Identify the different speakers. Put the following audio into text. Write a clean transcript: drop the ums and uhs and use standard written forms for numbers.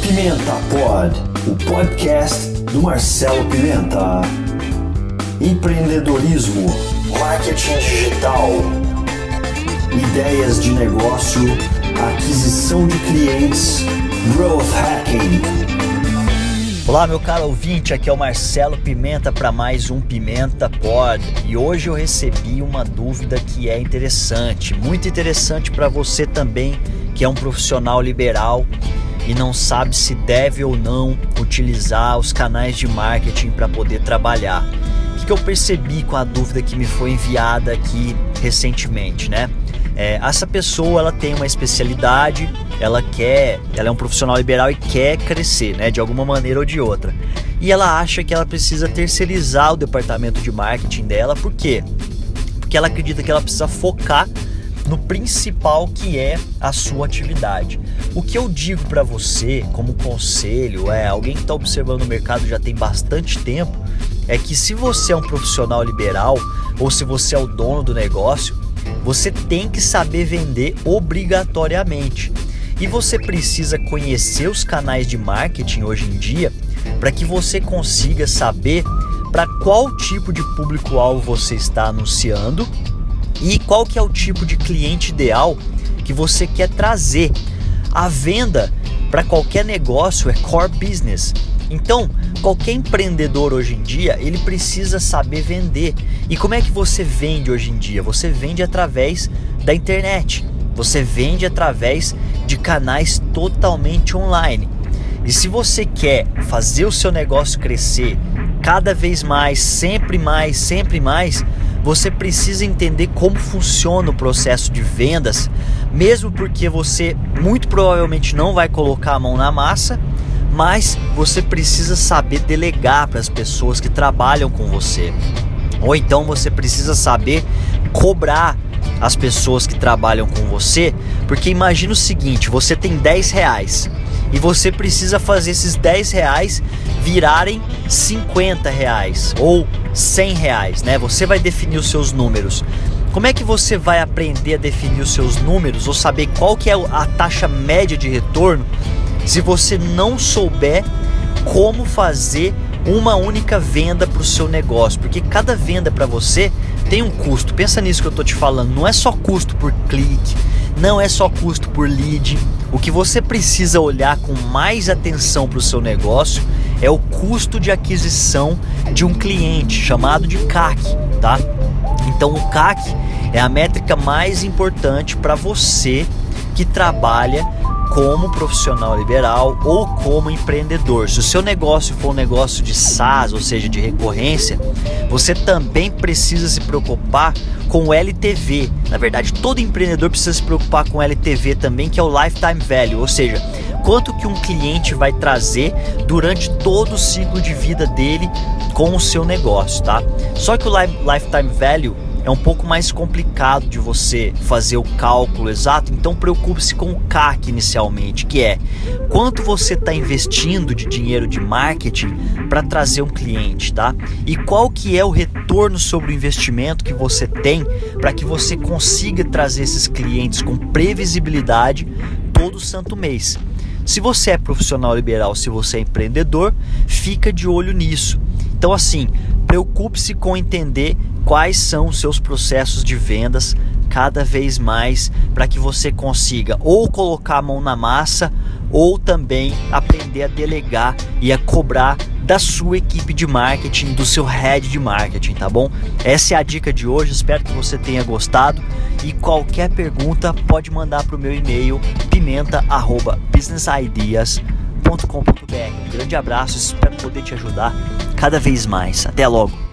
Speaker 1: Pimenta Pod, o podcast do Marcelo Pimenta. Empreendedorismo, marketing digital, ideias de negócio, aquisição de clientes, growth hacking.
Speaker 2: Olá, meu caro ouvinte, aqui é o Marcelo Pimenta para mais um Pimenta Pod. E hoje eu recebi uma dúvida que é interessante, muito interessante para você também, que é um profissional liberal e não sabe se deve ou não utilizar os canais de marketing para poder trabalhar. O que eu percebi com a dúvida que me foi enviada aqui recentemente, né? Essa pessoa, ela tem uma especialidade, ela é um profissional liberal e quer crescer, né, de alguma maneira ou de outra. E ela acha que ela precisa terceirizar o departamento de marketing dela. Por quê? Porque ela acredita que ela precisa focar no principal, que é a sua atividade. O que eu digo para você como conselho, alguém que está observando o mercado já tem bastante tempo, é que se você é um profissional liberal ou se você é o dono do negócio, você tem que saber vender obrigatoriamente. E você precisa conhecer os canais de marketing hoje em dia para que você consiga saber para qual tipo de público-alvo você está anunciando e qual que é o tipo de cliente ideal que você quer trazer. A venda para qualquer negócio é core business. Então, qualquer empreendedor hoje em dia, ele precisa saber vender. E como é que você vende hoje em dia? Você vende através da internet. Você vende através de canais totalmente online. E se você quer fazer o seu negócio crescer cada vez mais, sempre mais, você precisa entender como funciona o processo de vendas, mesmo porque você muito provavelmente não vai colocar a mão na massa, mas você precisa saber delegar para as pessoas que trabalham com você. Ou então você precisa saber cobrar as pessoas que trabalham com você, porque imagina o seguinte, você tem R$10 e você precisa fazer esses R$10 virarem R$50 ou R$100, né? Você vai definir os seus números. Como é que você vai aprender a definir os seus números ou saber qual que é a taxa média de retorno se você não souber como fazer uma única venda para o seu negócio? Porque cada venda para você tem um custo. Pensa nisso que eu estou te falando. Não é só custo por clique, não é só custo por lead. O que você precisa olhar com mais atenção para o seu negócio é o custo de aquisição de um cliente, chamado de CAC, tá? Então o CAC é a métrica mais importante para você que trabalha como profissional liberal ou como empreendedor. Se o seu negócio for um negócio de SaaS, ou seja, de recorrência, você também precisa se preocupar com o LTV. Na verdade, todo empreendedor precisa se preocupar com o LTV também, que é o Lifetime Value, ou seja, quanto que um cliente vai trazer durante todo o ciclo de vida dele com o seu negócio, tá? Só que o Lifetime Value é um pouco mais complicado de você fazer o cálculo exato, então preocupe-se com o CAC inicialmente, que é quanto você está investindo de dinheiro de marketing para trazer um cliente, tá? E qual que é o retorno sobre o investimento que você tem para que você consiga trazer esses clientes com previsibilidade todo santo mês. Se você é profissional liberal, se você é empreendedor, fica de olho nisso. Então assim, preocupe-se com entender quais são os seus processos de vendas cada vez mais para que você consiga ou colocar a mão na massa ou também aprender a delegar e a cobrar da sua equipe de marketing, do seu head de marketing, tá bom? Essa é a dica de hoje, espero que você tenha gostado e qualquer pergunta pode mandar para o meu e-mail pimenta@businessideas.com.br. Um grande abraço, espero poder te ajudar cada vez mais. Até logo!